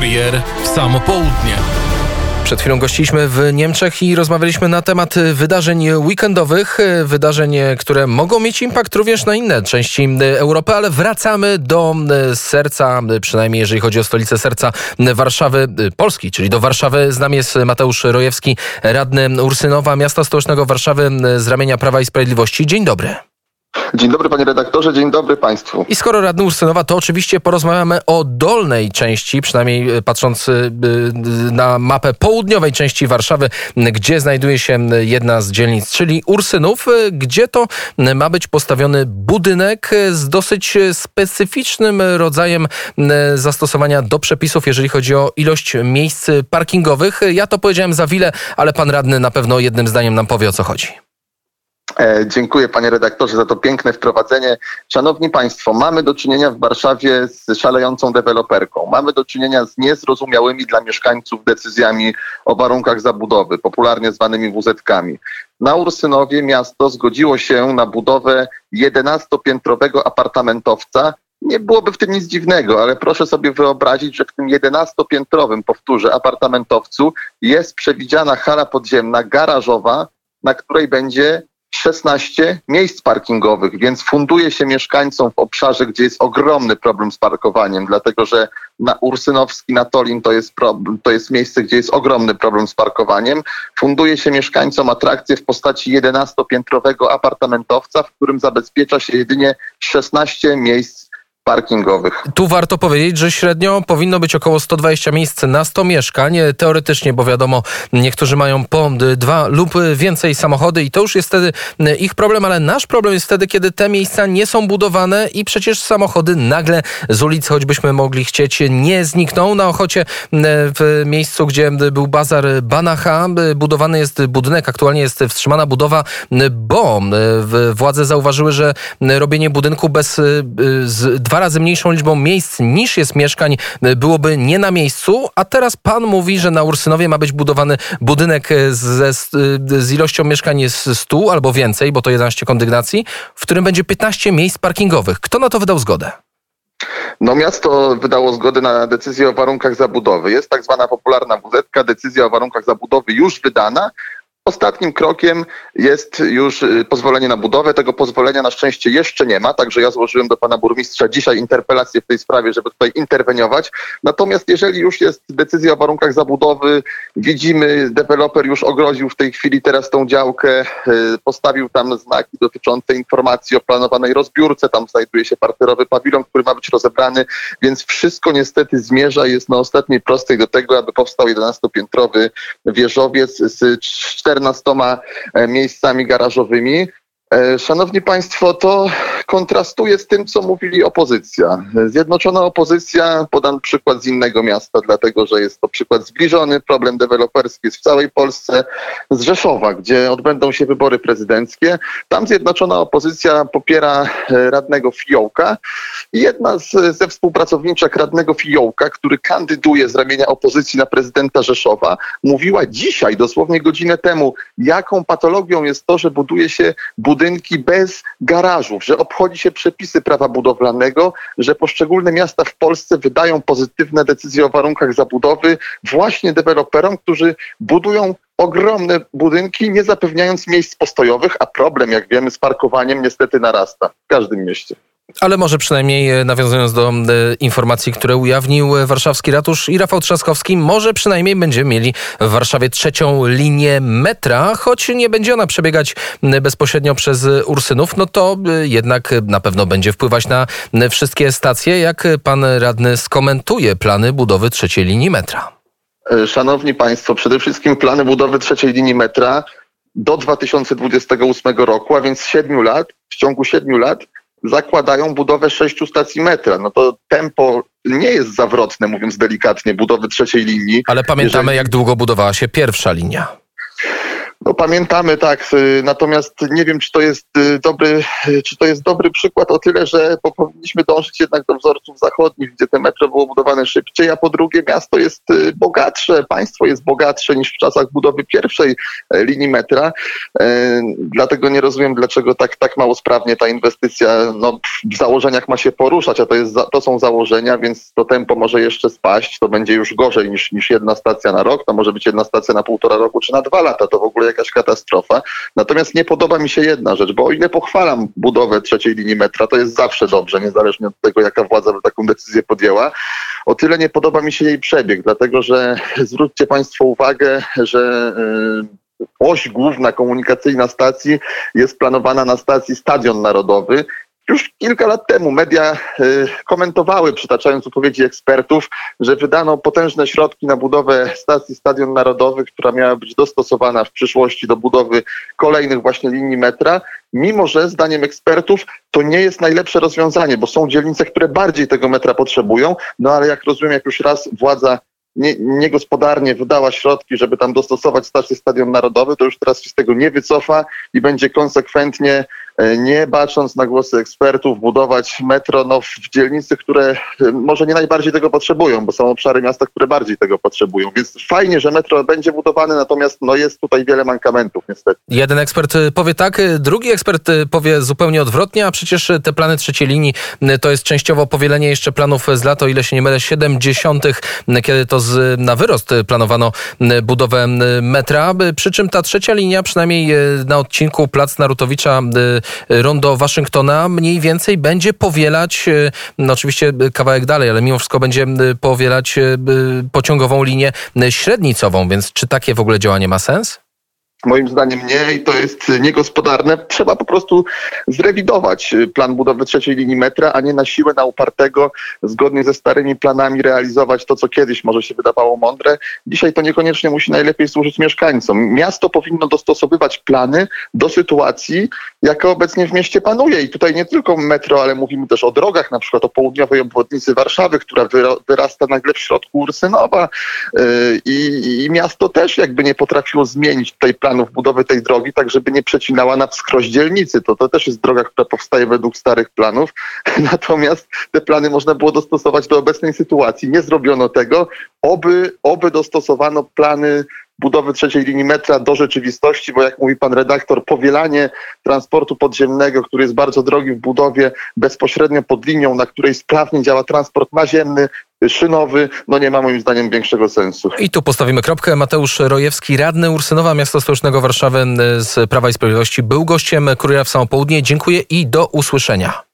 Kurier w samo południe. Przed chwilą gościliśmy w Niemczech i rozmawialiśmy na temat wydarzeń weekendowych, wydarzeń, które mogą mieć impact również na inne części Europy, ale wracamy do serca, przynajmniej jeżeli chodzi o stolicę serca Warszawy, Polski, czyli do Warszawy. Z nami jest Mateusz Rojewski, radny Ursynowa, miasta stołecznego Warszawy z ramienia Prawa i Sprawiedliwości. Dzień dobry. Dzień dobry panie redaktorze, dzień dobry państwu. I skoro radny Ursynowa, to oczywiście porozmawiamy o dolnej części, przynajmniej patrząc na mapę południowej części Warszawy, gdzie znajduje się jedna z dzielnic, czyli Ursynów, gdzie to ma być postawiony budynek z dosyć specyficznym rodzajem zastosowania do przepisów, jeżeli chodzi o ilość miejsc parkingowych. Ja to powiedziałem za wiele, ale pan radny na pewno jednym zdaniem nam powie, o co chodzi. Dziękuję panie redaktorze za to piękne wprowadzenie. Szanowni państwo, mamy do czynienia w Warszawie z szalejącą deweloperką. Mamy do czynienia z niezrozumiałymi dla mieszkańców decyzjami o warunkach zabudowy, popularnie zwanymi WZ-kami. Na Ursynowie miasto zgodziło się na budowę 11-piętrowego apartamentowca. Nie byłoby w tym nic dziwnego, ale proszę sobie wyobrazić, że w tym 11-piętrowym, powtórzę, apartamentowcu jest przewidziana hala podziemna, garażowa, na której będzie 16 miejsc parkingowych, więc funduje się mieszkańcom w obszarze, gdzie jest ogromny problem z parkowaniem, dlatego że na Ursynowski, na Tolin to jest miejsce, gdzie jest ogromny problem z parkowaniem. Funduje się mieszkańcom atrakcję w postaci 11-piętrowego apartamentowca, w którym zabezpiecza się jedynie 16 miejsc parkingowych. Tu warto powiedzieć, że średnio powinno być około 120 miejsc na 100 mieszkań. Teoretycznie, bo wiadomo, niektórzy mają po 2 lub więcej samochody i to już jest wtedy ich problem, ale nasz problem jest wtedy, kiedy te miejsca nie są budowane i przecież samochody nagle z ulicy, choćbyśmy mogli chcieć, nie znikną. Na Ochocie, w miejscu, gdzie był bazar Banacha, budowany jest budynek, aktualnie jest wstrzymana budowa, bo władze zauważyły, że robienie budynku z 2 razy mniejszą liczbą miejsc niż jest mieszkań byłoby nie na miejscu, a teraz pan mówi, że na Ursynowie ma być budowany budynek z ilością mieszkań 100 albo więcej, bo to 11 kondygnacji, w którym będzie 15 miejsc parkingowych. Kto na to wydał zgodę? No miasto wydało zgodę na decyzję o warunkach zabudowy. Jest tak zwana popularna WZ-ka, decyzja o warunkach zabudowy już wydana. Ostatnim krokiem jest już pozwolenie na budowę. Tego pozwolenia na szczęście jeszcze nie ma, także ja złożyłem do pana burmistrza dzisiaj interpelację w tej sprawie, żeby tutaj interweniować. Natomiast jeżeli już jest decyzja o warunkach zabudowy, widzimy, deweloper już ogrodził w tej chwili teraz tą działkę, postawił tam znaki dotyczące informacji o planowanej rozbiórce, tam znajduje się parterowy pawilon, który ma być rozebrany, więc wszystko niestety jest na ostatniej prostej do tego, aby powstał 11-piętrowy wieżowiec z 14 miejscami garażowymi. Szanowni państwo, to kontrastuje z tym, co mówili opozycja. Zjednoczona opozycja, podam przykład z innego miasta, dlatego że jest to przykład zbliżony, problem deweloperski jest w całej Polsce, z Rzeszowa, gdzie odbędą się wybory prezydenckie. Tam zjednoczona opozycja popiera radnego Fiołka i jedna ze współpracowniczek radnego Fiołka, który kandyduje z ramienia opozycji na prezydenta Rzeszowa, mówiła dzisiaj, dosłownie godzinę temu, jaką patologią jest to, że buduje się budynki bez garażów, że obchodzi się przepisy prawa budowlanego, że poszczególne miasta w Polsce wydają pozytywne decyzje o warunkach zabudowy właśnie deweloperom, którzy budują ogromne budynki, nie zapewniając miejsc postojowych, a problem, jak wiemy, z parkowaniem niestety narasta w każdym mieście. Ale może przynajmniej, nawiązując do informacji, które ujawnił warszawski ratusz i Rafał Trzaskowski, może przynajmniej będziemy mieli w Warszawie 3. linię metra, choć nie będzie ona przebiegać bezpośrednio przez Ursynów, no to jednak na pewno będzie wpływać na wszystkie stacje. Jak pan radny skomentuje plany budowy 3. linii metra? Szanowni państwo, przede wszystkim plany budowy 3. linii metra do 2028 roku, a więc 7 lat, w ciągu 7 lat zakładają budowę 6 stacji metra. No to tempo nie jest zawrotne, mówiąc delikatnie, budowy 3. linii. Ale pamiętamy, jak długo budowała się 1. linia. No pamiętamy, tak, natomiast nie wiem, czy to jest dobry przykład o tyle, że powinniśmy dążyć jednak do wzorców zachodnich, gdzie te metro było budowane szybciej, a po drugie miasto jest bogatsze, państwo jest bogatsze niż w czasach budowy pierwszej linii metra. Dlatego nie rozumiem, dlaczego tak mało sprawnie ta inwestycja w założeniach ma się poruszać, a to są założenia, więc to tempo może jeszcze spaść, to będzie już gorzej niż jedna stacja na rok, to może być jedna stacja na 1,5 roku czy na 2 lata, to w ogóle jakaś katastrofa. Natomiast nie podoba mi się jedna rzecz, bo o ile pochwalam budowę trzeciej linii metra, to jest zawsze dobrze, niezależnie od tego, jaka władza by taką decyzję podjęła, o tyle nie podoba mi się jej przebieg, dlatego że zwróćcie Państwo uwagę, że oś główna komunikacyjna stacji jest planowana na stacji Stadion Narodowy. Już kilka lat temu media komentowały, przytaczając wypowiedzi ekspertów, że wydano potężne środki na budowę stacji Stadion Narodowy, która miała być dostosowana w przyszłości do budowy kolejnych właśnie linii metra, mimo że zdaniem ekspertów to nie jest najlepsze rozwiązanie, bo są dzielnice, które bardziej tego metra potrzebują, no ale jak rozumiem, jak już raz władza niegospodarnie wydała środki, żeby tam dostosować stację Stadion Narodowy, to już teraz się z tego nie wycofa i będzie konsekwentnie, nie bacząc na głosy ekspertów, budować metro w dzielnicy, które może nie najbardziej tego potrzebują, bo są obszary miasta, które bardziej tego potrzebują. Więc fajnie, że metro będzie budowane, natomiast jest tutaj wiele mankamentów niestety. Jeden ekspert powie tak, drugi ekspert powie zupełnie odwrotnie, a przecież te plany trzeciej linii to jest częściowo powielenie jeszcze planów z lat, o ile się nie mylę, 70., kiedy to na wyrost planowano budowę metra, przy czym ta trzecia linia, przynajmniej na odcinku Plac Narutowicza, Rondo Waszyngtona, mniej więcej będzie powielać, oczywiście kawałek dalej, ale mimo wszystko będzie powielać pociągową linię średnicową, więc czy takie w ogóle działanie ma sens? Moim zdaniem nie i to jest niegospodarne. Trzeba po prostu zrewidować plan budowy trzeciej linii metra, a nie na siłę, na upartego, zgodnie ze starymi planami realizować to, co kiedyś może się wydawało mądre. Dzisiaj to niekoniecznie musi najlepiej służyć mieszkańcom. Miasto powinno dostosowywać plany do sytuacji, jaka obecnie w mieście panuje. I tutaj nie tylko metro, ale mówimy też o drogach, na przykład o południowej obwodnicy Warszawy, która wyrasta nagle w środku Ursynowa. I miasto też jakby nie potrafiło zmienić tutaj planów budowy tej drogi, tak żeby nie przecinała na wskroś dzielnicy. To też jest droga, która powstaje według starych planów. Natomiast te plany można było dostosować do obecnej sytuacji. Nie zrobiono tego. Oby dostosowano plany budowy trzeciej linii metra do rzeczywistości, bo jak mówi pan redaktor, powielanie transportu podziemnego, który jest bardzo drogi w budowie, bezpośrednio pod linią, na której sprawnie działa transport naziemny, szynowy, nie ma moim zdaniem większego sensu. I tu postawimy kropkę. Mateusz Rojewski, radny Ursynowa, miasta stołecznego Warszawy z Prawa i Sprawiedliwości, był gościem Kuriera w Samo Południe. Dziękuję i do usłyszenia.